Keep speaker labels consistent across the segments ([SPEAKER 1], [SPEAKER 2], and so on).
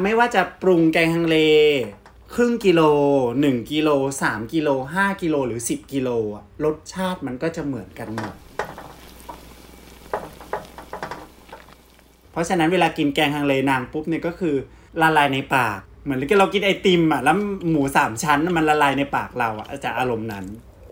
[SPEAKER 1] ไม่ว่าจะปรุงแกงฮังเลครึ่งกิโล1กิโล3กิโล5กิโลหรือ10กิโลรสชาติมันก็จะเหมือนกันหมดเพราะฉะนั้นเวลากินแกงฮังเลนางปุ๊บเนี่ยก็คือละลายในปากเหมือนเรากินไอติมแล้วหมู3ชั้นมันละลายในปากเราจะอารมณ์นั้น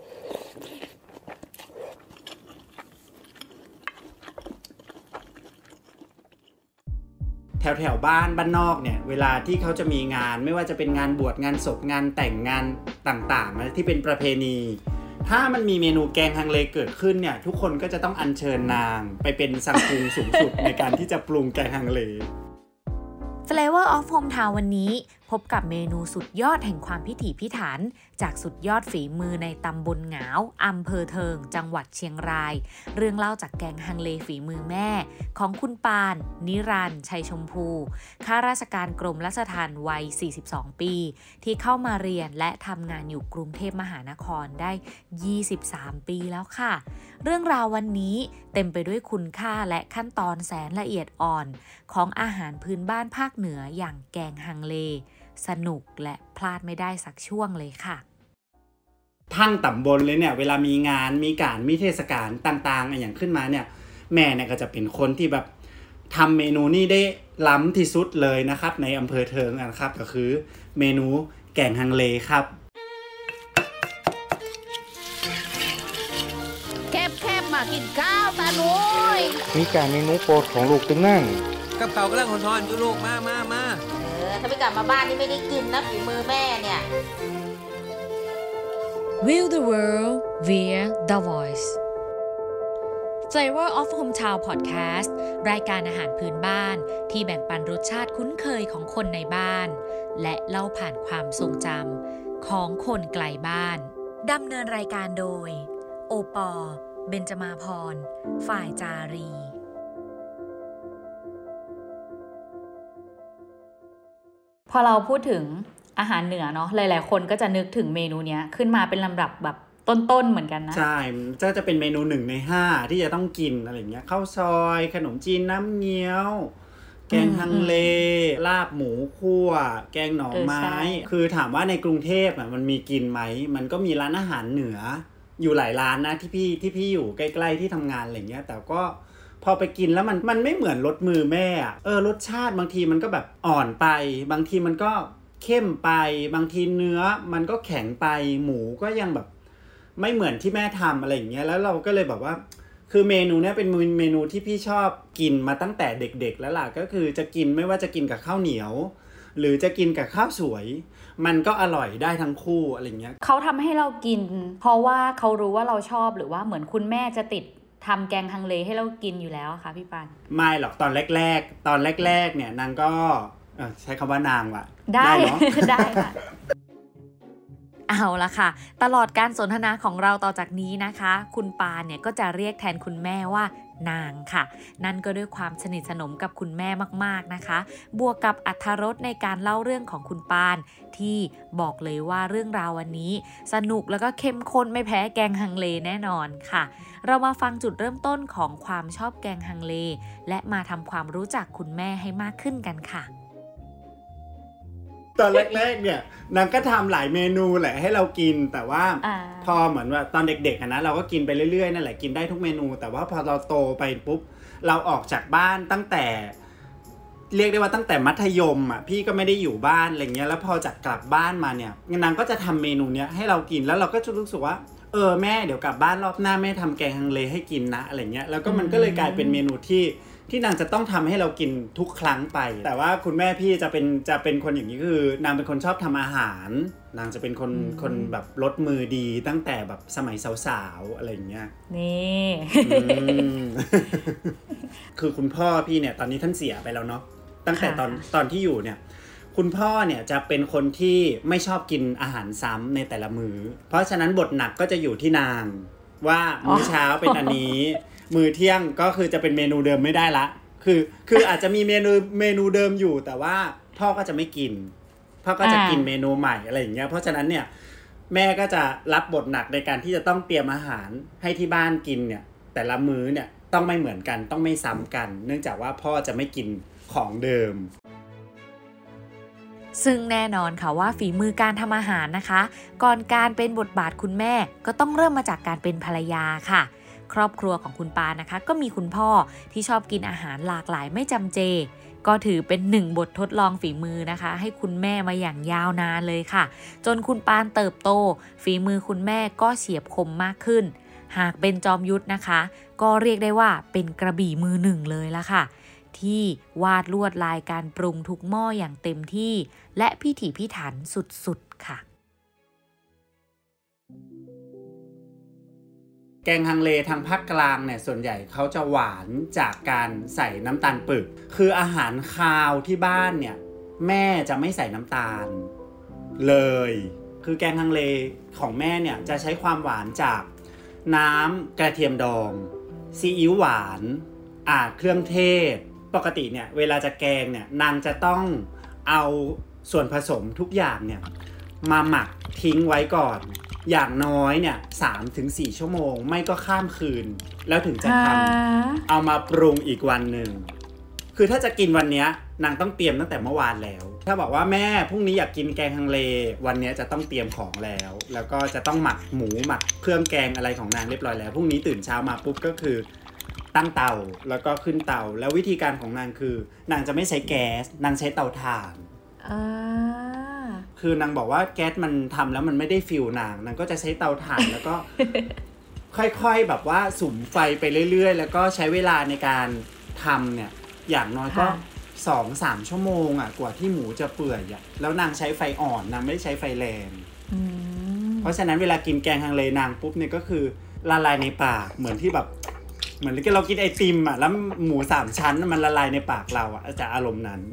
[SPEAKER 1] แถวบ้านนอกเนี่ยเวลาที่เขาจะมีงานไม่ว่าจะเป็นงานบวชงานศพงานแต่งงานต่างๆที่เป็นประเพณีถ้ามันมีเมนูแกงฮังเลเกิดขึ้นเนี่ยทุกคนก็จะต้องอัญเชิญนางไปเป็นสังกุงสูงสุดในการที่จะปรุงแกงฮังเล
[SPEAKER 2] Flavor of Hometown วันนี้พบกับเมนูสุดยอดแห่งความพิถีพิถันจากสุดยอดฝีมือในตำบลหงาวอำเภอเทิงจังหวัดเชียงรายเรื่องเล่าจากแกงฮังเลฝีมือแม่ของคุณปานนิรันดร์ชัยชมพูข้าราชการกรมราชทัณฑ์วัย42ปีที่เข้ามาเรียนและทำงานอยู่กรุงเทพมหานครได้23ปีแล้วค่ะเรื่องราววันนี้เต็มไปด้วยคุณค่าและขั้นตอนแสนละเอียดอ่อนของอาหารพื้นบ้านภาคเหนืออย่างแกงฮังเลสนุกและพลาดไม่ได้สักช่วงเลยค่ะ
[SPEAKER 1] ทั้งตำบลเลยเนี่ยเวลามีงานมีเทศกาลต่างๆอย่างขึ้นมาเนี่ยแม่เนี่ยก็จะเป็นคนที่แบบทำเมนูนี้ได้ล้ำที่สุดเลยนะครับในอำเภอเทิงนะครับก็คือเมนูแกงฮังเลครับ
[SPEAKER 3] แคบมากินข้าวตาหนุย
[SPEAKER 4] มีการเมนูโปรดของลูกตึงนั่ง
[SPEAKER 5] กับเขากำลังหอนๆอยู่ลูกมา
[SPEAKER 3] ถ้าไม่กลับมาบ้านนี่ไม่ได้กินนะฝีมือแม่เนี่ย
[SPEAKER 2] View the world via the voice Flavor of Hometown Podcast รายการอาหารพื้นบ้านที่แบ่งปันรสชาติคุ้นเคยของคนในบ้านและเล่าผ่านความทรงจำของคนไกลบ้านดำเนินรายการโดยโอปอเบญจมาพรฝ่ายจารีพอเราพูดถึงอาหารเหนือเนาะหลายๆคนก็จะนึกถึงเมนูเนี้ยขึ้นมาเป็นลำดับแบบต้นๆเหมือนกันนะ
[SPEAKER 1] ใช่จะเป็นเมนู1ใน5ที่จะต้องกินอะไรเงี้ยข้าวซอยขนมจีนน้ำเงี้ยวแกงฮังเลลาบหมูคั่วแกงหน่อไม้คือถามว่าในกรุงเทพมันมีกินไหมมันก็มีร้านอาหารเหนืออยู่หลายร้านนะที่พี่อยู่ใกล้ๆที่ทำงานอะไรเงี้ยแต่ก็พอไปกินแล้วมันไม่เหมือนรสมือแม่รสชาติบางทีมันก็แบบอ่อนไปบางทีมันก็เข้มไปบางทีเนื้อมันก็แข็งไปหมูก็ยังแบบไม่เหมือนที่แม่ทำอะไรอย่างเงี้ยแล้วเราก็เลยแบบว่าคือเมนูเนี้ยเป็นเมนูที่พี่ชอบกินมาตั้งแต่เด็กๆแล้วล่ะก็คือจะกินไม่ว่าจะกินกับข้าวเหนียวหรือจะกินกับข้าวสวยมันก็อร่อยได้ทั้งคู่อะไรเงี้ย
[SPEAKER 2] เขาทำให้เรากินเพราะว่าเขารู้ว่าเราชอบหรือว่าเหมือนคุณแม่จะติดทำแกงฮังเลให้เรากินอยู่แล้วค่ะพี่ปาน
[SPEAKER 1] ไม่หรอกตอนแรกเนี่ยนางก็ใช้คำว่านางว่ะ
[SPEAKER 2] ได้เนาะได้ค่ะเอาละค่ะตลอดการสนทนาของเราต่อจากนี้นะคะคุณปานเนี่ยก็จะเรียกแทนคุณแม่ว่านางค่ะนั่นก็ด้วยความสนิทสนมกับคุณแม่มากๆนะคะบวกกับอรรถรสในการเล่าเรื่องของคุณปานที่บอกเลยว่าเรื่องราววันนี้สนุกแล้วก็เข้มข้นไม่แพ้แกงฮังเลแน่นอนค่ะเรามาฟังจุดเริ่มต้นของความชอบแกงฮังเลและมาทำความรู้จักคุณแม่ให้มากขึ้นกันค่ะ
[SPEAKER 1] ตอนแรกๆเนี่ยนางก็ทำหลายเมนูแหละให้เรากินแต่ว่าพอเหมือนว่าตอนเด็กๆนะเราก็กินไปเรื่อยๆนั่นแหละกินได้ทุกเมนูแต่ว่าพอเราโตไปปุ๊บเราออกจากบ้านตั้งแต่เรียกได้ว่าตั้งแต่มัธยมพี่ก็ไม่ได้อยู่บ้านอะไรเงี้ยแล้วพอจากกลับบ้านมาเนี่ยนางก็จะทำเมนูเนี้ยให้เรากินแล้วเราก็จะรู้สึกว่าแม่เดี๋ยวกลับบ้านรอบหน้าแม่ทำแกงฮังเลให้กินนะอะไรเงี้ยแล้วก็มันก็เลยกลายเป็นเมนูที่นางจะต้องทำให้เรากินทุกครั้งไปแต่ว่าคุณแม่พี่จะเป็นคนอย่างนี้คือนางเป็นคนชอบทำอาหารนางจะเป็นคนแบบรสมือดีตั้งแต่แบบสมัยสาวๆอะไรอย่างเงี้ย
[SPEAKER 2] นี่
[SPEAKER 1] คือคุณพ่อพี่เนี่ยตอนนี้ท่านเสียไปแล้วเนาะตั้งแต่ตอนที่อยู่เนี่ยคุณพ่อเนี่ยจะเป็นคนที่ไม่ชอบกินอาหารซ้ำในแต่ละมื้อเพราะฉะนั้นบทหนักก็จะอยู่ที่นางว่ามื้อเช้าเป็นอันนี้มื้อเที่ยงก็คือจะเป็นเมนูเดิมไม่ได้ละคืออาจจะมีเมนูเดิมอยู่แต่ว่าพ่อก็จะไม่กินพ่อก็จะกินเมนูใหม่อะไรอย่างเงี้ยเพราะฉะนั้นเนี่ยแม่ก็จะรับบทหนักในการที่จะต้องเตรียมอาหารให้ที่บ้านกินเนี่ยแต่ละมื้อเนี่ยต้องไม่เหมือนกันต้องไม่ซ้ำกันเนื่องจากว่าพ่อจะไม่กินของเดิม
[SPEAKER 2] ซึ่งแน่นอนค่ะว่าฝีมือการทำอาหารนะคะก่อนการเป็นบทบาทคุณแม่ก็ต้องเริ่มมาจากการเป็นภรรยาค่ะครอบครัวของคุณปานะคะก็มีคุณพ่อที่ชอบกินอาหารหลากหลายไม่จำเจก็ถือเป็นหนึ่งบททดลองฝีมือนะคะให้คุณแม่มาอย่างยาวนานเลยค่ะจนคุณปานเติบโตฝีมือคุณแม่ก็เฉียบคมมากขึ้นหากเป็นจอมยุทธนะคะก็เรียกได้ว่าเป็นกระบี่มือหนึ่งเลยละค่ะที่วาดลวดลายการปรุงทุกหม้ออย่างเต็มที่และพิถีพิถันสุดๆค่ะ
[SPEAKER 1] แกงฮังเลทางภาคกลางเนี่ยส่วนใหญ่เขาจะหวานจากการใส่น้ำตาลปึกคืออาหารคาวที่บ้านเนี่ยแม่จะไม่ใส่น้ำตาลเลยคือแกงฮังเลของแม่เนี่ยจะใช้ความหวานจากน้ำกระเทียมดองซีอิ๊วหวานเครื่องเทศปกติเนี่ยเวลาจะแกงเนี่ยนางจะต้องเอาส่วนผสมทุกอย่างเนี่ยมาหมักทิ้งไว้ก่อนอย่างน้อยเนี่ย 3-4 ชั่วโมงไม่ก็ข้ามคืนแล้วถึงจะทำเอามาปรุงอีกวันหนึ่งคือถ้าจะกินวันนี้นางต้องเตรียมตั้งแต่เมื่อวานแล้วถ้าบอกว่าแม่พรุ่งนี้อยากกินแกงฮังเลวันนี้จะต้องเตรียมของแล้วก็จะต้องหมักหมูหมักเครื่องแกงอะไรของนางเรียบร้อยแล้วพรุ่งนี้ตื่นเช้ามาปุ๊บก็คือตั้งเตาแล้วก็ขึ้นเตาแล้ววิธีการของนางคือนางจะไม่ใช้แก๊สนางใช้เตาถ่านคือนางบอกว่าแก๊สมันทำแล้วมันไม่ได้ฟิลนางก็จะใช้เตาถ่านแล้วก็ ค่อยๆแบบว่าสุมไฟไปเรื่อยๆแล้วก็ใช้เวลาในการทำเนี่ยอย่างน้อยก็ 2-3 ชั่วโมงกว่าที่หมูจะเปื่อยแล้วนางใช้ไฟอ่อนนางไม่ได้ใช้ไฟแรงเพราะฉะนั้นเวลากินแกงฮังเลนางปุ๊บเนี่ยก็คือละลายในปากเหมือนที่แบบเหมือนเรากินไอติมแล้วหมู3ชั้นมันละลายในปากเราจะอารมณ์นั้น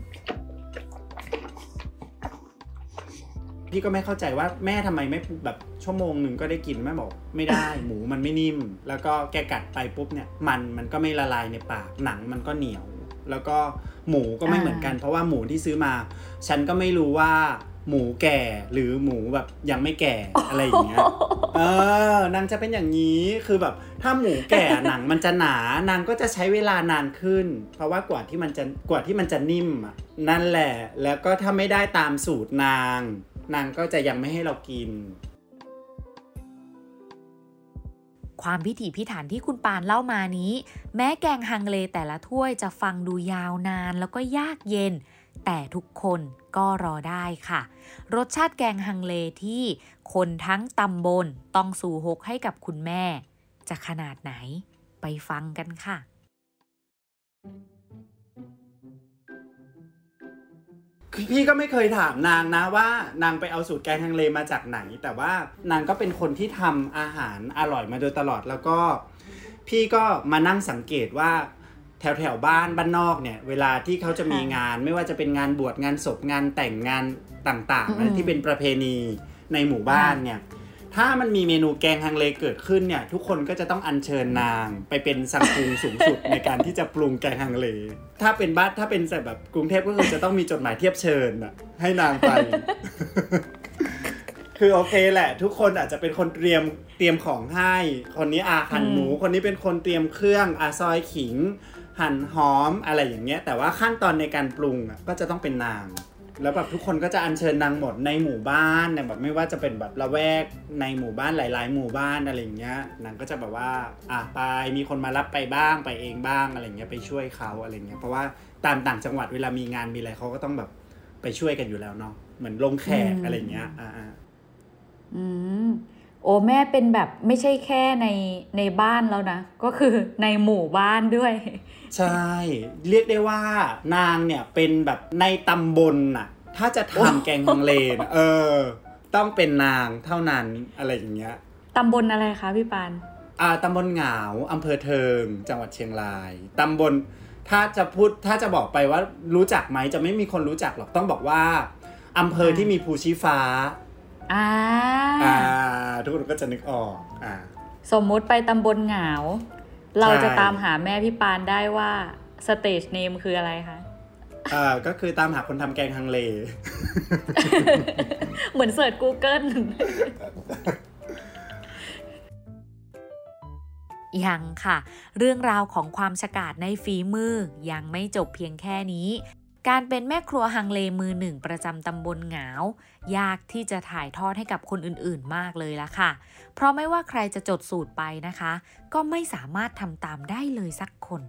[SPEAKER 1] พี่ก็ไม่เข้าใจว่าแม่ทำไมไม่แบบชั่วโมงหนึ่งก็ได้กินแม่บอกไม่ได้ หมูมันไม่นิ่มแล้วก็แกกัดไปปุ๊บเนี่ยมันก็ไม่ละลายในปากหนังมันก็เหนียวแล้วก็หมูก็ไม่เหมือนกันเพราะว่าหมูที่ซื้อมาฉันก็ไม่รู้ว่าหมูแก่หรือหมูแบบยังไม่แก่อะไรอย่างเงี้ยนางจะเป็นอย่างนี้คือแบบถ้าหมูแก่หนังมันจะหนานางก็จะใช้เวลานานขึ้นเพราะว่ากว่าที่มันจะนิ่มนั่นแหละแล้วก็ถ้าไม่ได้ตามสูตรนางก็จะยังไม่ให้เรากิน
[SPEAKER 2] ความพิถีพิถันที่คุณปานเล่ามานี้แม้แกงฮังเลแต่ละถ้วยจะฟังดูยาวนานแล้วก็ยากเย็นแต่ทุกคนก็รอได้ค่ะรสชาติแกงฮังเลที่คนทั้งตำบลต้องสู่ฮกให้กับคุณแม่จะขนาดไหนไปฟังกันค่ะ
[SPEAKER 1] พี่ก็ไม่เคยถามนางนะว่านางไปเอาสูตรแกงฮังเลมาจากไหนแต่ว่านางก็เป็นคนที่ทำอาหารอร่อยมาโดยตลอดแล้วก็พี่ก็มานั่งสังเกตว่าแถวบ้านนอกเนี่ยเวลาที่เขาจะมีงานไม่ว่าจะเป็นงานบวชงานศพงานแต่งงานต่างๆนะที่เป็นประเพณีในหมู่บ้านเนี่ยถ้ามันมีเมนูแกงฮังเลเกิดขึ้นเนี่ยทุกคนก็จะต้องอัญเชิญนางไปเป็นสังปรุงสูงสุดในการที่จะปรุงแกงฮังเลถ้าเป็นแบบกรุงเทพก็คือจะต้องมีจดหมายเทียบเชิญให้นางไป คือโอเคแหละทุกคนอาจจะเป็นคนเตรียมของให้คนนี้หั่นหมูคนนี้เป็นคนเตรียมเครื่องซอยขิงหั่นหอมอะไรอย่างเงี้ยแต่ว่าขั้นตอนในการปรุงก็จะต้องเป็นนางแล้วแบบทุกคนก็จะอัญเชิญนางหมดในหมู่บ้านเนี่ยแบบไม่ว่าจะเป็นแบบละแวกในหมู่บ้านหลายๆหมู่บ้านอะไรอย่างเงี้ยนางก็จะแบบว่าไปมีคนมารับไปบ้างไปเองบ้างอะไรเงี้ยไปช่วยเขาอะไรเงี้ยเพราะว่าตามต่างจังหวัดเวลามีงานมีอะไรเขาก็ต้องแบบไปช่วยกันอยู่แล้วเนาะเหมือนลงแขกอะไรเงี้ย
[SPEAKER 2] โอ้แม่เป็นแบบไม่ใช่แค่ในบ้านแล้วนะก็คือในหมู่บ้านด้วย
[SPEAKER 1] ใช่เรียกได้ว่านางเนี่ยเป็นแบบในตำบลถ้าจะทำแกงฮังเลต้องเป็นนางเท่านั้นอะไรอย่างเงี้ย
[SPEAKER 2] ตำบลอะไรคะพี่ปาน
[SPEAKER 1] ตำบลเหงาอำเภอเทิงจังหวัดเชียงรายตำบลถ้าจะบอกไปว่ารู้จักไหมจะไม่มีคนรู้จักหรอกต้องบอกว่าอำเภอที่มีภูชีฟ้าทุกคนก็จะนึกออก
[SPEAKER 2] สมมุติไปตำบลเหงาเราจะตามหาแม่พี่ปานได้ว่าสเตจเนมคืออะไรคะ
[SPEAKER 1] ก็คือตามหาคนทำแกงฮังเล
[SPEAKER 2] เหมือนเสิร์ช Google ยังค่ะเรื่องราวของความฉกาจในฝีมือยังไม่จบเพียงแค่นี้การเป็นแม่ครัวฮังเลมือหนึ่งประจำตำบลหงาวยากที่จะถ่ายทอดให้กับคนอื่นๆมากเลยละค่ะเพราะไม่ว่าใครจะจดสูตรไปนะคะก็ไม่สามารถทำตามได้เลยสักคน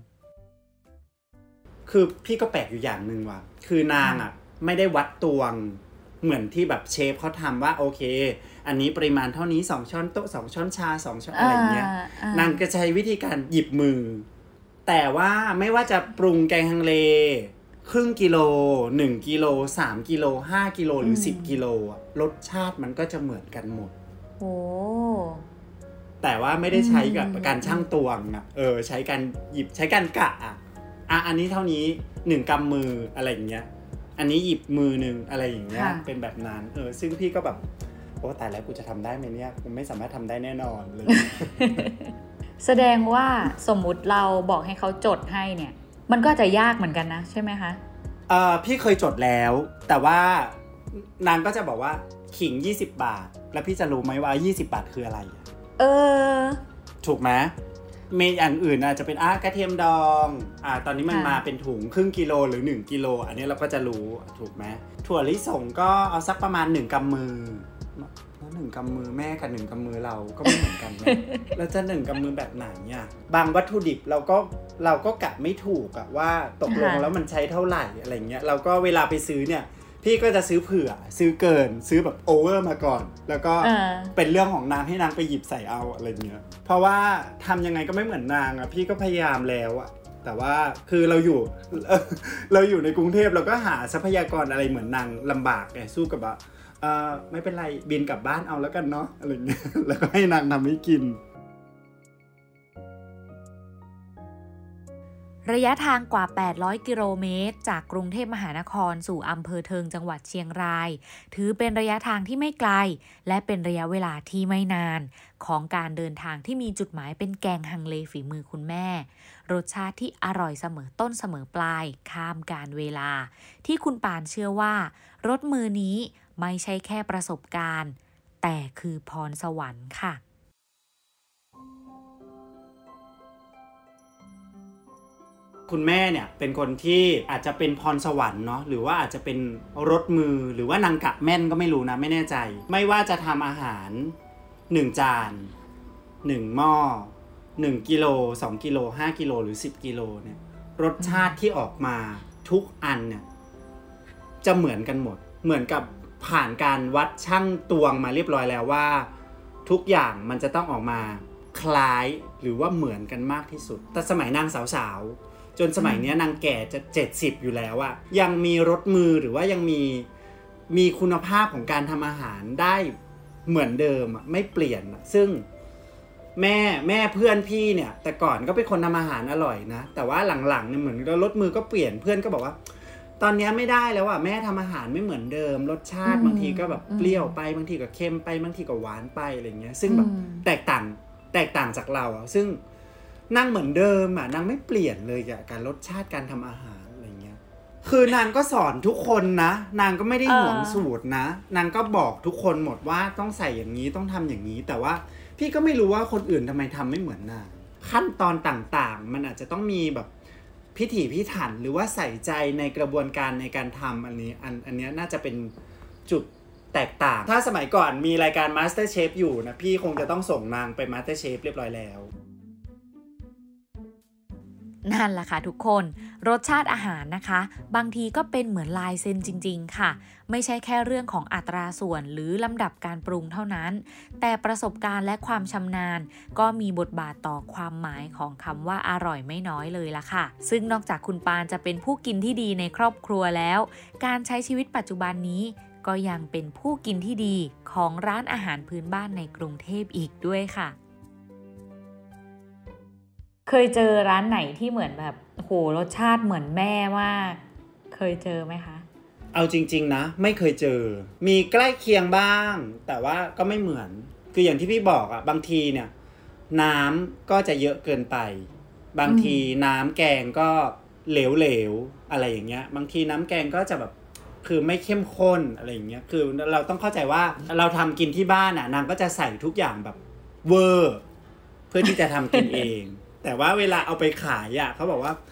[SPEAKER 1] คือพี่ก็แปลกอยู่อย่างนึงว่ะคือนางอ่ะไม่ได้วัดตวงเหมือนที่แบบเชฟเขาทำว่าโอเคอันนี้ปริมาณเท่านี้2ช้อนโต๊ะ2ช้อนชา2ช้อนอะไรเงี้ยนางก็ใช้วิธีการหยิบมือแต่ว่าไม่ว่าจะปรุงแกงฮังเลครึ่งกิโล1กิโล3กิโล5กิโลหรือ10กิโลรสชาติมันก็จะเหมือนกันหมด
[SPEAKER 2] โอ้
[SPEAKER 1] แต่ว่าไม่ได้ใช้กับการชั่งตวงอ่ะใช้การหยิบใช้การกะอันนี้เท่านี้1กำมืออะไรอย่างเงี้ยอันนี้หยิบมือนึงอะไรอย่างเงี้ยเป็นแบบนั้นซึ่งพี่ก็แบบโอ้ตายแล้วกูจะทำได้ไหมเนี่ยกูไม่สามารถทำได้แน่นอนเลย
[SPEAKER 2] แสดงว่าสมมุติเราบอกให้เขาจดให้เนี่ยมันก็จะยากเหมือนกันนะใช่ไหมคะ
[SPEAKER 1] พี่เคยจดแล้วแต่ว่านางก็จะบอกว่าขิง20บาทแล้วพี่จะรู้ไหมว่า20บาทคืออะไรถูกไหมเมนูอย่างอื่นอาจจะเป็นกระเทียมดองตอนนี้มันมาเป็นถุงครึ่งกิโลหรือ1กิโลอันนี้เราก็จะรู้ถูกไหมถั่วลิสงก็เอาสักประมาณ1กำมือแล้ว1กำมือแม่กับ1กำมือเราก็ไม่เหมือนกันนะ แล้วจะ1กำมือแบบไหนเนี่ยบางวัตถุดิบเราก็กะไม่ถูกอะว่าตกลงแล้วมันใช้เท่าไหร่อะไรเงี้ยเราก็เวลาไปซื้อเนี่ยพี่ก็จะซื้อเผื่อซื้อเกินซื้อแบบโอเวอร์มาก่อนแล้วก็เป็นเรื่องของนางให้นางไปหยิบใส่เอาอะไรเงี้ยเพราะว่าทำยังไงก็ไม่เหมือนนางพี่ก็พยายามแล้วแต่ว่าคือเราอยู่ในกรุงเทพเราก็หาทรัพยากรอะไรเหมือนนางลำบากไงสู้กับไม่เป็นไรบินกลับบ้านเอาแล้วกันเนาะอะไรเงี้ยแล้วก็ให้นางทำให้กิน
[SPEAKER 2] ระยะทางกว่า800กิโลเมตรจากกรุงเทพมหานครสู่อำเภอเทิงจังหวัดเชียงรายถือเป็นระยะทางที่ไม่ไกลและเป็นระยะเวลาที่ไม่นานของการเดินทางที่มีจุดหมายเป็นแกงฮังเลฝีมือคุณแม่รสชาติที่อร่อยเสมอต้นเสมอปลายข้ามกาลเวลาที่คุณปานเชื่อว่ารสมือนี้ไม่ใช่แค่ประสบการณ์แต่คือพรสวรรค์ค่ะ
[SPEAKER 1] คุณแม่เนี่ยเป็นคนที่อาจจะเป็นพรสวรรค์เนาะหรือว่าอาจจะเป็นรสมือหรือว่านางกะแม่นก็ไม่รู้นะไม่แน่ใจไม่ว่าจะทำอาหาร1จาน1หม้อ1กิโล2กิโล5กิโลหรือ10กิโลเนี่ยรสชาติที่ออกมาทุกอันเนี่ยจะเหมือนกันหมดเหมือนกับผ่านการวัดชั่งตวงมาเรียบร้อยแล้วว่าทุกอย่างมันจะต้องออกมาคล้ายหรือว่าเหมือนกันมากที่สุดแต่สมัยนางสาวๆจนสมัยนี้นางแก่จะ70อยู่แล้วอะยังมีรสมือหรือว่ายังมีคุณภาพของการทำอาหารได้เหมือนเดิมอะไม่เปลี่ยนอะซึ่งแม่เพื่อนพี่เนี่ยแต่ก่อนก็เป็นคนทำอาหารอร่อยนะแต่ว่าหลังๆเนี่ยเหมือนรสมือก็เปลี่ยนเพื่อนก็บอกว่าตอนนี้ไม่ได้แล้วอ่ะแม่ทำอาหารไม่เหมือนเดิมรสชาติบางทีก็แบบเปรี้ยวไปบางทีก็เค็มไปบางทีก็หวานไปอะไรเงี้ยซึ่งแบบแตกต่างจากเราอ่ะซึ่งนางเหมือนเดิมอ่ะนางไม่เปลี่ยนเลยกับการรสชาติการทำอาหารอะไรเงี้ยคือนางก็สอนทุกคนนะนางก็ไม่ได้หวงสูตรนะนางก็บอกทุกคนหมดว่าต้องใส่อย่างนี้ต้องทำอย่างนี้แต่ว่าพี่ก็ไม่รู้ว่าคนอื่นทำไมทำไม่เหมือนนางขั้นตอนต่างๆมันอาจจะต้องมีแบบพิถีพิถันหรือว่าใส่ใจในกระบวนการในการทำอันนี้น่าจะเป็นจุดแตกต่างถ้าสมัยก่อนมีรายการ MasterChef อยู่นะพี่คงจะต้องส่งนางไป MasterChef เรียบร้อยแล้ว
[SPEAKER 2] นั่นแหละค่ะทุกคนรสชาติอาหารนะคะบางทีก็เป็นเหมือนลายเซ็นจริงๆค่ะไม่ใช่แค่เรื่องของอัตราส่วนหรือลำดับการปรุงเท่านั้นแต่ประสบการณ์และความชำนาญก็มีบทบาทต่อความหมายของคำว่าอร่อยไม่น้อยเลยล่ะค่ะซึ่งนอกจากคุณปานจะเป็นผู้กินที่ดีในครอบครัวแล้วการใช้ชีวิตปัจจุบันนี้ก็ยังเป็นผู้กินที่ดีของร้านอาหารพื้นบ้านในกรุงเทพอีกด้วยค่ะเคยเจอร้านไหนที่เหมือนแบบโหรสชาติเหมือนแม่มากเคยเจอไหมคะ
[SPEAKER 1] เอาจริงๆนะไม่เคยเจอมีใกล้เคียงบ้างแต่ว่าก็ไม่เหมือนคืออย่างที่พี่บอกอ่ะบางทีเนี่ยน้ำก็จะเยอะเกินไปบางทีน้ำแกงก็เหลวๆอะไรอย่างเงี้ยบางทีน้ำแกงก็จะแบบคือไม่เข้มข้นอะไรอย่างเงี้ยคือเราต้องเข้าใจว่าเราทำกินที่บ้านอ่ะนางก็จะใส่ทุกอย่างแบบเวอร์เพื่อที่จะทำกินเองแต่ว่าเวลาเอาไปขายอ่ะเขาบอกว่า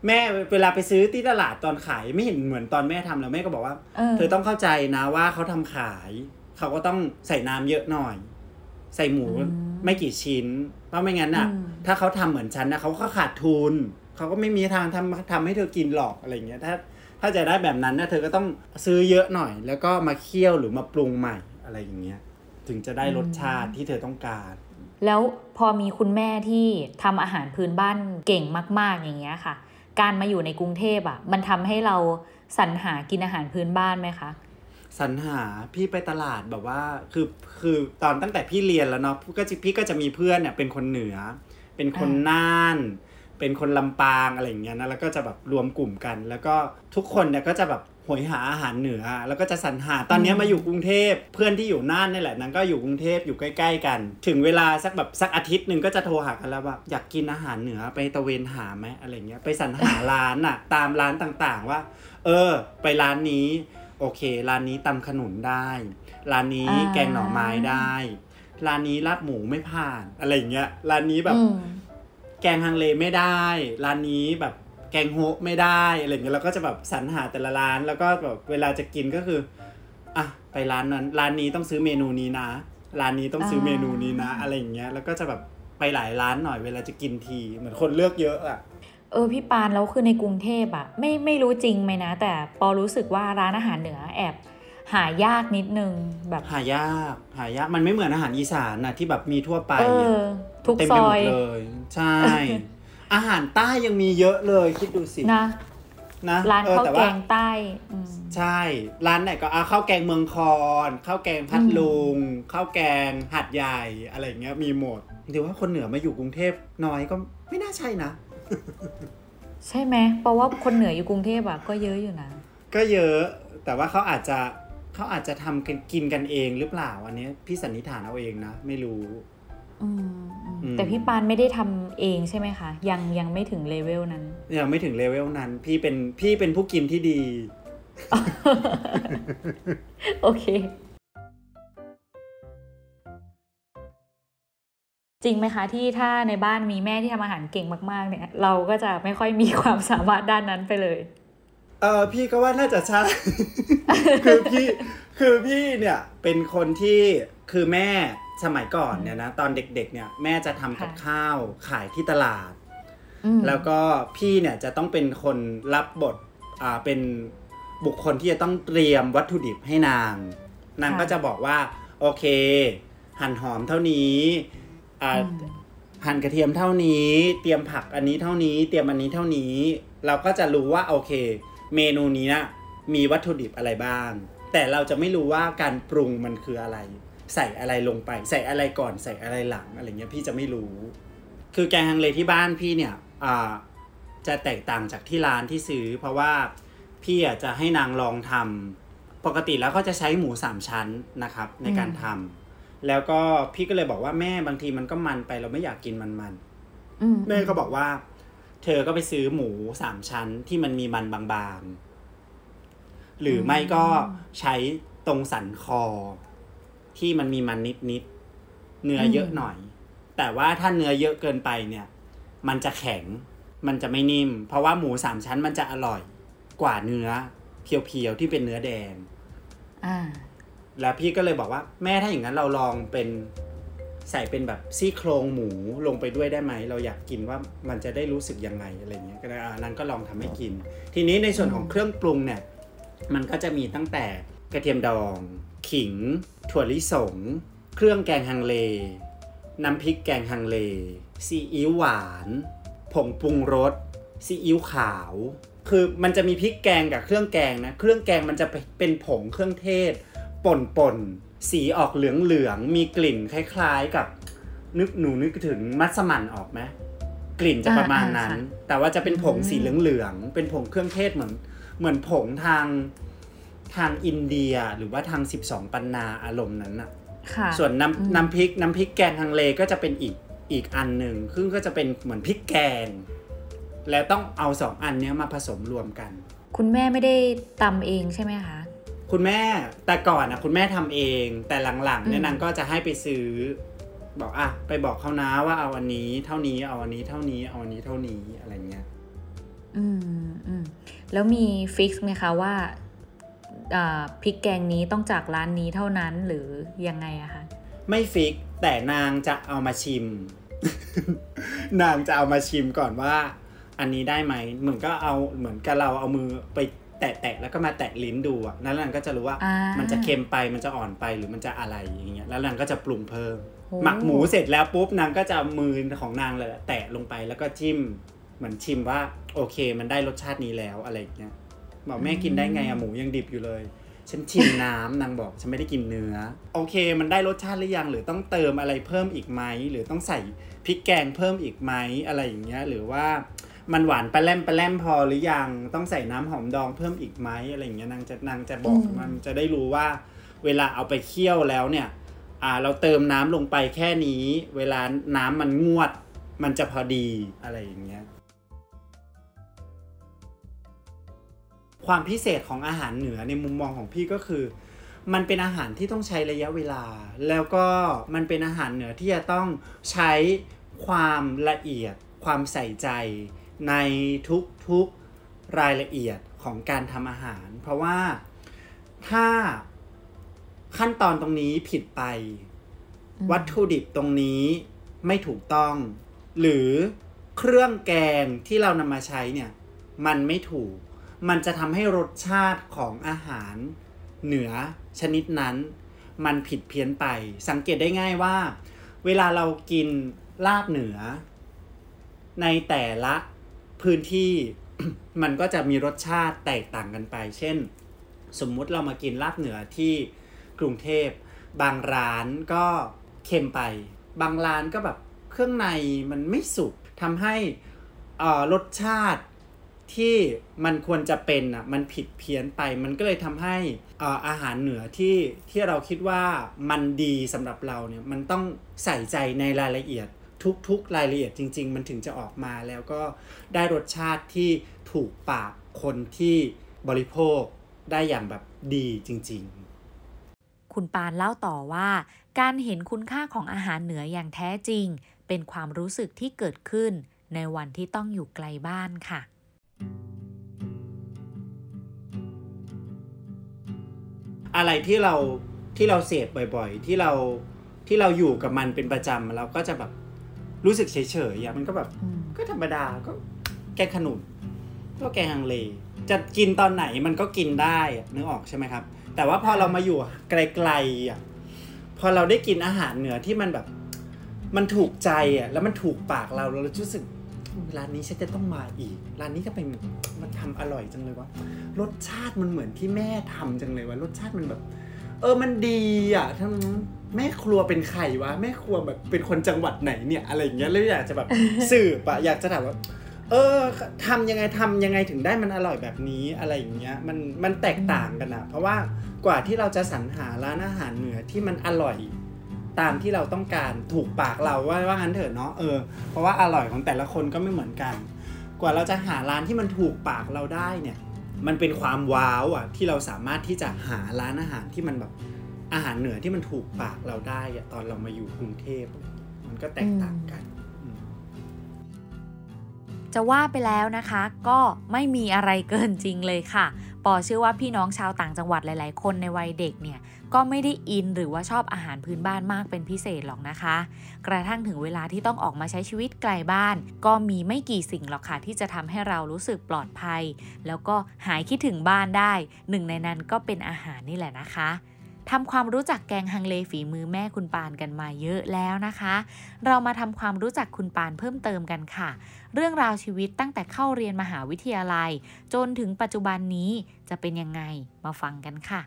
[SPEAKER 1] แม่เวลาไปซื้อที่ตลาดตอนขายไม่เห็นเหมือนตอนแม่ทำแล้วแม่ก็บอกว่าเธอต้องเข้าใจนะว่าเขาทำขายเขาก็ต้องใส่น้ำเยอะหน่อยใส่หมูไม่กี่ชิ้นเพราะไม่งั้นน่ะถ้าเขาทำเหมือนฉันนะเขาก็ขาดทุนเขาก็ไม่มีทางทำให้เธอกินหรอกอะไรเงี้ยถ้าจะได้แบบนั้นนะเธอก็ต้องซื้อเยอะหน่อยแล้วก็มาเคี่ยวหรือมาปรุงใหม่อะไรอย่างเงี้ยถึงจะได้รสชาติที่เธอต้องการ
[SPEAKER 2] แล้วพอมีคุณแม่ที่ทำอาหารพื้นบ้านเก่งมากๆอย่างเงี้ยค่ะการมาอยู่ในกรุงเทพอ่ะมันทำให้เราสรรหากินอาหารพื้นบ้านไหมคะ
[SPEAKER 1] สรรหาพี่ไปตลาดแบบว่าคือตอนตั้งแต่พี่เรียนแล้วเนาะพี่ก็จะมีเพื่อนเนี่ยเป็นคนเหนือเป็นคนน่านเป็นคนลำปางอะไรอย่างเงี้ยนะแล้วก็จะแบบรวมกลุ่มกันแล้วก็ทุกคนเนี่ยก็จะแบบหอยหาอาหารเหนือแล้วก็จะสรรหาตอนนี้มาอยู่กรุงเทพเพื่อนที่อยู่น่านนี่แหละนางก็อยู่กรุงเทพอยู่ใกล้ๆกันถึงเวลาสักอาทิตย์นึงก็จะโทรหากันแล้วว่าอยากกินอาหารเหนือไปตะเวนหาไหมอะไรเงี้ยไปสรรหาร้านอ่ะตามร้านต่างๆว่าไปร้านนี้โอเคร้านนี้ตำขนุนได้ร้านนี้แกงหน่อไม้ได้ร้านนี้ลาบหมูไม่ผ่านอะไรเงี้ยร้านนี้แบบแกงฮังเลไม่ได้ร้านนี้แบบแกงโฮะไม่ได้อะไรเงี้ยเราก็จะแบบสรรหาแต่ละร้านแล้วก็แบบเวลาจะกินก็คืออ่ะไปร้านนั้นร้านนี้ต้องซื้อเมนูนี้นะร้านนี้ต้องซื้อเมนูนี้นะอะไรอย่างเงี้ยแล้วก็จะแบบไปหลายร้านหน่อยเวลาจะกินทีเหมือนคนเลือกเยอะอ่ะ
[SPEAKER 2] พี่ปานแล้วคือในกรุงเทพอ่ะไม่รู้จริงไหมนะแต่ปอรู้สึกว่าร้านอาหารเหนือแอบหายากนิดนึงแบบ
[SPEAKER 1] หายากมันไม่เหมือนอาหารอีสานนะที่แบบมีทั่วไป
[SPEAKER 2] ทุกซอย
[SPEAKER 1] เลยใช่อาหารใต้ยังมีเยอะเลยคิดดูสิ
[SPEAKER 2] นะร้านข้าวแกงใต้
[SPEAKER 1] ใช่ร้านไหนก็ข้าวแกงเมืองคอนข้าวแกงพัทลุงข้าวแกงหาดใหญ่อะไรเงี้ยมีหมดหรือว่าคนเหนือมาอยู่กรุงเทพน้อยก็ไม่น่าใช่นะ
[SPEAKER 2] ใช่ไหมเพราะว่าคนเหนืออยู่กรุงเทพอ่ะก็เยอะอยู่นะ
[SPEAKER 1] ก็เยอะแต่ว่าเขาอาจจะทำกินกันเองหรือเปล่าอันนี้พี่สันนิษฐานเอาเองนะไม่รู้
[SPEAKER 2] แต่พี่ปานไม่ได้ทำเองใช่ไหมคะยังไม่ถึงเลเวลนั้น
[SPEAKER 1] ยังไม่ถึงเลเวลนั้นพี่เป็นผู้กินที่ดี
[SPEAKER 2] โอเคจริงไหมคะที่ถ้าในบ้านมีแม่ที่ทำอาหารเก่งมากๆเนี่ยเราก็จะไม่ค่อยมีความสามารถด้านนั้นไปเลย
[SPEAKER 1] พี่ก็ว่าน่าจะใช่ คือพี่เนี่ยเป็นคนที่คือแม่สมัยก่อนเนี่ยนะตอนเด็กๆเนี่ยแม่จะทำกับข้าวขายที่ตลาดแล้วก็พี่เนี่ยจะต้องเป็นคนรับบทเป็นบุคคลที่จะต้องเตรียมวัตถุดิบให้นางก็จะบอกว่าโอเคหั่นหอมเท่านี้หั่นกระเทียมเท่านี้เตรียมผักอันนี้เท่านี้เตรียมอันนี้เท่านี้เราก็จะรู้ว่าโอเคเมนูนี้นะมีวัตถุดิบอะไรบ้างแต่เราจะไม่รู้ว่าการปรุงมันคืออะไรใส่อะไรลงไปใส่อะไรก่อนใส่อะไรหลังอะไรเงี้ยพี่จะไม่รู้คือแกงฮังเลที่บ้านพี่เนี่ยจะแตกต่างจากที่ร้านที่ซื้อเพราะว่าพี่จะให้นางลองทำปกติแล้วเขาจะใช้หมู3ชั้นนะครับในการทำแล้วก็พี่ก็เลยบอกว่าแม่บางทีมันก็มันไปเราไม่อยากกินมันแม่ก็บอกว่าเธอก็ไปซื้อหมู3ชั้นที่มันมีมันบางๆหรือไม่ก็ใช้ตรงสันคอที่มันมีมันนิดๆเนื้อเยอะหน่อยแต่ว่าถ้าเนื้อเยอะเกินไปเนี่ยมันจะแข็งมันจะไม่นิ่มเพราะว่าหมู3ชั้นมันจะอร่อยกว่าเนื้อเพียวๆที่เป็นเนื้อแดงแล้วพี่ก็เลยบอกว่าแม่ถ้าอย่างนั้นเราลองเป็นใส่เป็นแบบซี่โครงหมูลงไปด้วยได้ไหมเราอยากกินว่ามันจะได้รู้สึกยังไงอะไรเงี้ยก็นั้นก็ลองทำให้กินทีนี้ในส่วนของเครื่องปรุงเนี่ยมันก็จะมีตั้งแต่กระเทียมดองขิงถั่วลิสงเครื่องแกงฮังเลน้ำพริกแกงฮังเลซีอิ๊วหวานผงปรุงรสซีอิ๊วขาวคือมันจะมีพริกแกงกับเครื่องแกงนะเครื่องแกงมันจะเป็นผงเครื่องเทศป่นสีออกเหลืองๆมีกลิ่นคล้ายๆกับนึกถึงมัสมั่นออกไหมกลิ่นจะประมาณนั้นแต่ว่าจะเป็นผงสีเหลืองๆเป็นผงเครื่องเทศเหมือนผงทางอินเดียหรือว่าทาง12ปันนาอารมณ์นั้นน่ะส่วนน้ำพริกแกงฮังเลก็จะเป็นอีกอันนึงซึ่งก็จะเป็นเหมือนพริกแกงแล้วต้องเอา2อันนี้มาผสมรวมกัน
[SPEAKER 2] คุณแม่ไม่ได้ตำเองใช่ไหมคะ
[SPEAKER 1] คุณแม่แต่ก่อนคุณแม่ทำเองแต่หลังๆเนี่ยนางก็จะให้ไปซื้อบอกไปบอกเขานะว่าเอาอันนี้เท่านี้เอาอันนี้เท่านี้เอาอันนี้เท่านี้อะไรเงี้ย
[SPEAKER 2] แล้วมีฟิกซ์ไหมคะว่าพริกแกงนี้ต้องจากร้านนี้เท่านั้นหรือยังไงอะคะ
[SPEAKER 1] ไม่ฟิกแต่นางจะเอามาชิม นางจะเอามาชิมก่อนว่าอันนี้ได้ไหมเหมือนกับเราเอามือไปแตะแล้วก็มาแตะลิ้นดูอ่ะแล้วนางก็จะรู้ว่ามันจะเค็มไปมันจะอ่อนไปหรือมันจะอะไรอย่างเงี้ยแล้วนางก็จะปรุงเพิ่มหมักหมูเสร็จแล้วปุ๊บนางก็จะมือของนางเลยแตะลงไปแล้วก็จิ้มเหมือนชิมว่าโอเคมันได้รสชาตินี้แล้วอะไรอย่างเงี้ยบอกแม่กินได้ไงอะหมูยังดิบอยู่เลยฉันชิมน้ำนางบอกฉันไม่ได้กินเนื้อโอเคมันได้รสชาติหรือยังหรือต้องเติมอะไรเพิ่มอีกไหมหรือต้องใส่พริกแกงเพิ่มอีกไหมอะไรอย่างเงี้ยหรือว่ามันหวานปลาแล่มพอหรือยังต้องใส่น้ำหอมดองเพิ่มอีกไหมอะไรอย่างเงี้ยนางจะบอกมันจะได้รู้ว่าเวลาเอาไปเคี่ยวแล้วเนี่ยเราเติมน้ำลงไปแค่นี้เวลาน้ำมันงวดมันจะพอดีอะไรอย่างเงี้ยความพิเศษของอาหารเหนือในมุมมองของพี่ก็คือมันเป็นอาหารที่ต้องใช้ระยะเวลาแล้วก็มันเป็นอาหารเหนือที่จะต้องใช้ความละเอียดความใส่ใจในทุกรายละเอียดของการทำอาหารเพราะว่าถ้าขั้นตอนตรงนี้ผิดไปวัตถุดิบตรงนี้ไม่ถูกต้องหรือเครื่องแกงที่เรานำมาใช้เนี่ยมันไม่ถูกมันจะทำให้รสชาติของอาหารเหนือชนิดนั้นมันผิดเพี้ยนไปสังเกตได้ง่ายว่าเวลาเรากินลาบเหนือในแต่ละพื้นที่ มันก็จะมีรสชาติแตกต่างกันไปเช่นสมมุติเรามากินลาบเหนือที่กรุงเทพบางร้านก็เค็มไปบางร้านก็แบบเครื่องในมันไม่สุกทำให้รสชาติที่มันควรจะเป็นอ่ะมันผิดเพี้ยนไปมันก็เลยทำให้อาหารเหนือที่เราคิดว่ามันดีสำหรับเราเนี่ยมันต้องใส่ใจในรายละเอียดทุกรายละเอียดจริงๆมันถึงจะออกมาแล้วก็ได้รสชาติที่ถูกปากคนที่บริโภคได้อย่างแบบดีจริงๆ
[SPEAKER 2] คุณปานเล่าต่อว่าการเห็นคุณค่าของอาหารเหนืออย่างแท้จริงเป็นความรู้สึกที่เกิดขึ้นในวันที่ต้องอยู่ไกลบ้านค่ะ
[SPEAKER 1] อะไรที่เราเสพบ่อยๆที่เราอยู่กับมันเป็นประจำเราก็จะแบบรู้สึกเฉยๆมันก็แบบก็ธรรมดาก็แกงขนุนก็แกงฮังเลจะกินตอนไหนมันก็กินได้นึกออกใช่ไหมครับแต่ว่าพอเรามาอยู่ไกลๆพอเราได้กินอาหารเหนือที่มันแบบมันถูกใจแล้วมันถูกปากเรารู้สึกร้านนี้ฉันจะต้องมาอีกร้านนี้ก็เป็นมันทำอร่อยจังเลยวะรสชาติมันเหมือนที่แม่ทำจังเลยวะรสชาติมันแบบมันดีทั้งแม่ครัวเป็นใครวะแม่ครัวแบบเป็นคนจังหวัดไหนเนี่ยอะไรอย่างเงี้ยเลยอยากจะแบบสืบอยากจะถามว่าทำยังไงถึงได้มันอร่อยแบบนี้อะไรอย่างเงี้ยมันแตกต่างกันเพราะว่ากว่าที่เราจะสรรหาร้านอาหารเหนือที่มันอร่อยตามที่เราต้องการถูกปากเราว่างั้นเถอะเนาะเพราะว่าอร่อยของแต่ละคนก็ไม่เหมือนกันกว่าเราจะหาร้านที่มันถูกปากเราได้เนี่ยมันเป็นความว้าวที่เราสามารถที่จะหาร้านอาหารที่มันแบบอาหารเหนือที่มันถูกปากเราได้ตอนเรามาอยู่กรุงเทพมันก็แตกต่างกัน
[SPEAKER 2] จะว่าไปแล้วนะคะก็ไม่มีอะไรเกินจริงเลยค่ะปอเชื่อว่าพี่น้องชาวต่างจังหวัดหลายๆคนในวัยเด็กเนี่ยก็ไม่ได้อินหรือว่าชอบอาหารพื้นบ้านมากเป็นพิเศษหรอกนะคะกระทั่งถึงเวลาที่ต้องออกมาใช้ชีวิตไกลบ้านก็มีไม่กี่สิ่งหรอกค่ะที่จะทำให้เรารู้สึกปลอดภัยแล้วก็หายคิดถึงบ้านได้หนึ่งในนั้นก็เป็นอาหารนี่แหละนะคะทำความรู้จักแกงฮังเลฝีมือแม่คุณปานกันมาเยอะแล้วนะคะเรามาทำความรู้จักคุณปานเพิ่มเติมกันค่ะเรื่องราวชีวิตตั้งแต่เข้าเรียนมหาวิทยาลัยจนถึงปัจจุบันนี้จะเป็นยังไงมาฟังกันค่ะ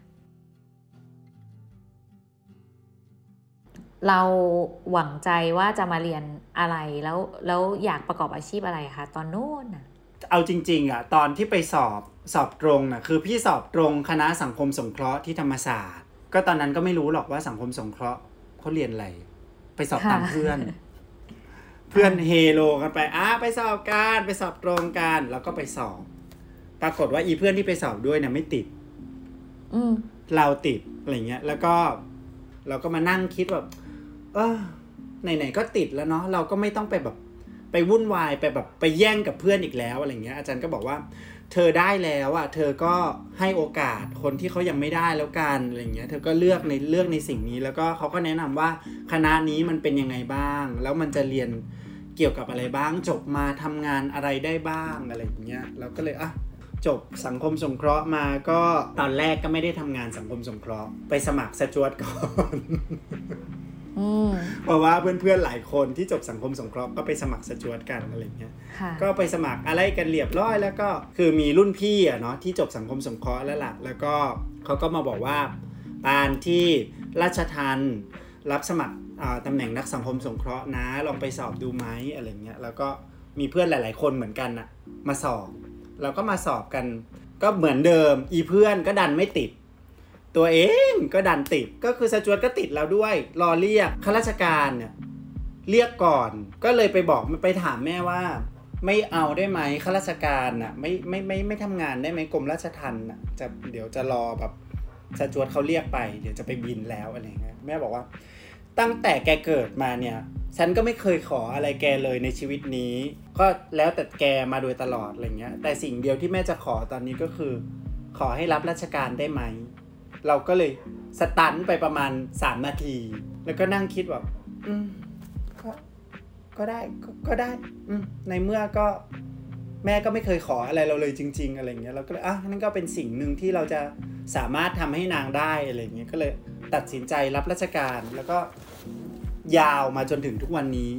[SPEAKER 2] เราหวังใจว่าจะมาเรียนอะไรแล้วอยากประกอบอาชีพอะไรคะตอนโน้น
[SPEAKER 1] เอาจริงๆตอนที่ไปสอบตรงคือพี่สอบตรงคณะสังคมสงเคราะห์ที่ธรรมศาสตร์ก็ตอนนั้นก็ไม่รู้หรอกว่าสังคมสงเคราะห์เขาเรียนอะไรไปสอบตามเพื่อนเฮโลกันไปไปสอบกันไปสอบตรงกันแล้วก็ไปสอบปรากฏว่าอีเพื่อนที่ไปสอบด้วยเนี่ยไม่ติดเราติดอะไรเงี้ยแล้วก็เราก็มานั่งคิดแบบไหนๆก็ติดแล้วเนาะเราก็ไม่ต้องไปแบบไปไปวุ่นวายไปแบบไปแย่งกับเพื่อนอีกแล้วอะไรเงี้ยอาจารย์ก็บอกว่าเธอได้แล้วอ่ะเธอก็ให้โอกาสคนที่เขายังไม่ได้แล้วกันอะไรเงี้ยเธอก็เลือกในสิ่งนี้แล้วก็เขาก็แนะนำว่าคณะนี้มันเป็นยังไงบ้างแล้วมันจะเรียนเกี่ยวกับอะไรบ้างจบมาทำงานอะไรได้บ้างอะไรอย่างเงี้ยเราก็เลยจบสังคมสงเคราะห์มาก็ตอนแรกก็ไม่ได้ทำงานสังคมสงเคราะห์ไปสมัครสจ๊วตก่อนเพราะว่าเพื่อนๆหลายคนที่จบสังคมสงเคราะห์ก็ไปสมัครสจ๊วตกันอะไรเงี้ยก็ไปสมัครอะไรกันเรียบร้อยแล้วก็คือมีรุ่นพี่เนาะที่จบสังคมสงเคราะห์แล้วล่ะแล้วก็เขาก็มาบอกว่าปานที่ราชทัณฑ์รับสมัครตำแหน่งนักสังคมสงเคราะห์นะลองไปสอบดูไหมอะไรเงี้ยแล้วก็มีเพื่อนหลายๆคนเหมือนกันน่ะมาสอบเราก็มาสอบกันก็เหมือนเดิมอีเพื่อนก็ดันไม่ติดตัวเองก็ดันติดก็คือสจ๊วตก็ติดแล้วด้วยรอเรียกข้าราชการเนี่ยเรียกก่อนก็เลยไปถามแม่ว่าไม่เอาได้ไหมข้าราชการน่ะไม่ทำงานได้ไหมกรมราชทัณฑ์น่ะเดี๋ยวจะรอแบบสจ๊วตเขาเรียกไปเดี๋ยวจะไปบินแล้วอะไรเงี้ยแม่บอกว่าตั้งแต่แกเกิดมาเนี่ยฉันก็ไม่เคยขออะไรแกเลยในชีวิตนี้ก็แล้วแต่แกมาโดยตลอดอะไรเงี้ยแต่สิ่งเดียวที่แม่จะขอตอนนี้ก็คือขอให้รับราชการได้ไหมเราก็เลยสตันไปประมาณ3นาทีแล้วก็นั่งคิดแบบก็ได้ในเมื่อก็แม่ก็ไม่เคยขออะไรเราเลยจริงๆอะไรเงี้ยเราก็เลยนั่นก็เป็นสิ่งหนึ่งที่เราจะสามารถทำให้นางได้อะไรเงี้ยก็เลยตัดสินใจรับราชการแล้วก็ยาวมาจนถึงทุกวันนี้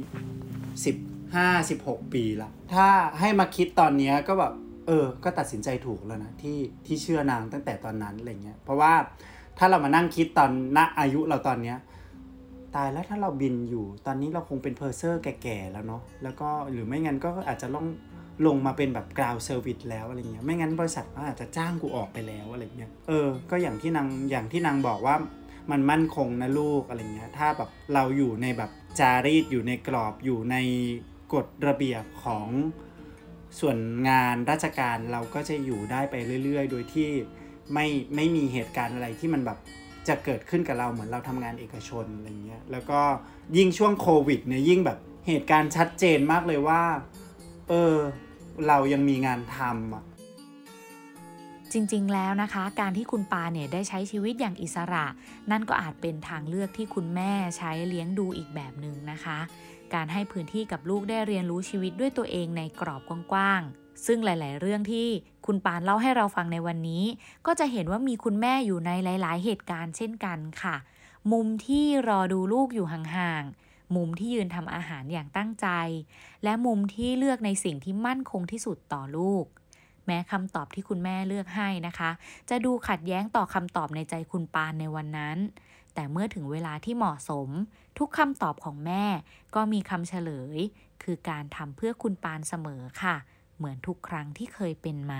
[SPEAKER 1] 15-16 ปีละถ้าให้มาคิดตอนนี้ก็แบบก็ตัดสินใจถูกแล้วนะที่เชื่อนางตั้งแต่ตอนนั้นอะไรเงี้ยเพราะว่าถ้าเรามานั่งคิดตอนณอายุเราตอนเนี้ยตายแล้วถ้าเราบินอยู่ตอนนี้เราคงเป็นเพอร์เซอร์แก่ๆแล้วเนาะแล้วก็หรือไม่งั้นก็อาจจะต้องลงมาเป็นแบบกราวด์เซอร์วิสแล้วอะไรเงี้ยไม่งั้นบริษัทอาจจะจ้างกูออกไปแล้วอะไรเงี้ยก็อย่างที่นางบอกว่ามันมั่นคงนะลูกอะไรเงี้ยถ้าแบบเราอยู่ในแบบจารีตอยู่ในกรอบอยู่ในกฎระเบียบของส่วนงานราชการเราก็จะอยู่ได้ไปเรื่อยๆโดยที่ไม่มีเหตุการณ์อะไรที่มันแบบจะเกิดขึ้นกับเราเหมือนเราทำงานเอกชนอะไรเงี้ยแล้วก็ยิ่งช่วงโควิดเนี่ยยิ่งแบบเหตุการณ์ชัดเจนมากเลยว่าเรายังมีงานทำอ่ะ
[SPEAKER 2] จริงๆแล้วนะคะการที่คุณปาเนี่ยได้ใช้ชีวิตอย่างอิสระนั่นก็อาจเป็นทางเลือกที่คุณแม่ใช้เลี้ยงดูอีกแบบนึงนะคะการให้พื้นที่กับลูกได้เรียนรู้ชีวิตด้วยตัวเองในกรอบกว้างๆซึ่งหลายๆเรื่องที่คุณปานเล่าให้เราฟังในวันนี้ก็จะเห็นว่ามีคุณแม่อยู่ในหลายๆเหตุการณ์เช่นกันค่ะมุมที่รอดูลูกอยู่ห่างๆมุมที่ยืนทำอาหารอย่างตั้งใจและมุมที่เลือกในสิ่งที่มั่นคงที่สุดต่อลูกแม้คำตอบที่คุณแม่เลือกให้นะคะจะดูขัดแย้งต่อคำตอบในใจคุณปานในวันนั้นแต่เมื่อถึงเวลาที่เหมาะสมทุกคำตอบของแม่ก็มีคำเฉลยคือการทำเพื่อคุณปานเสมอค่ะเหมือนทุกครั้งที่เคยเป็นมา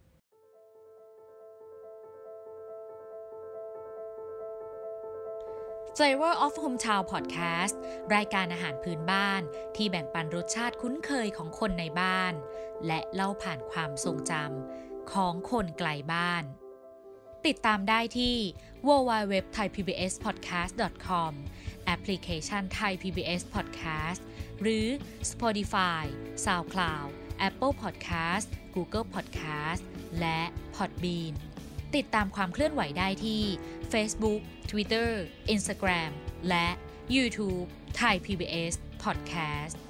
[SPEAKER 2] Flavor of Hometown Podcast รายการอาหารพื้นบ้านที่แบ่งปันรสชาติคุ้นเคยของคนในบ้านและเล่าผ่านความทรงจำของคนไกลบ้านติดตามได้ที่ www.thaipbspodcast.com แอปพลิเคชัน Thai PBS Podcast หรือ Spotify, SoundCloud, Apple Podcast, Google Podcast และ Podbean ติดตามความเคลื่อนไหวได้ที่ Facebook, Twitter, Instagram และ YouTube Thai PBS Podcast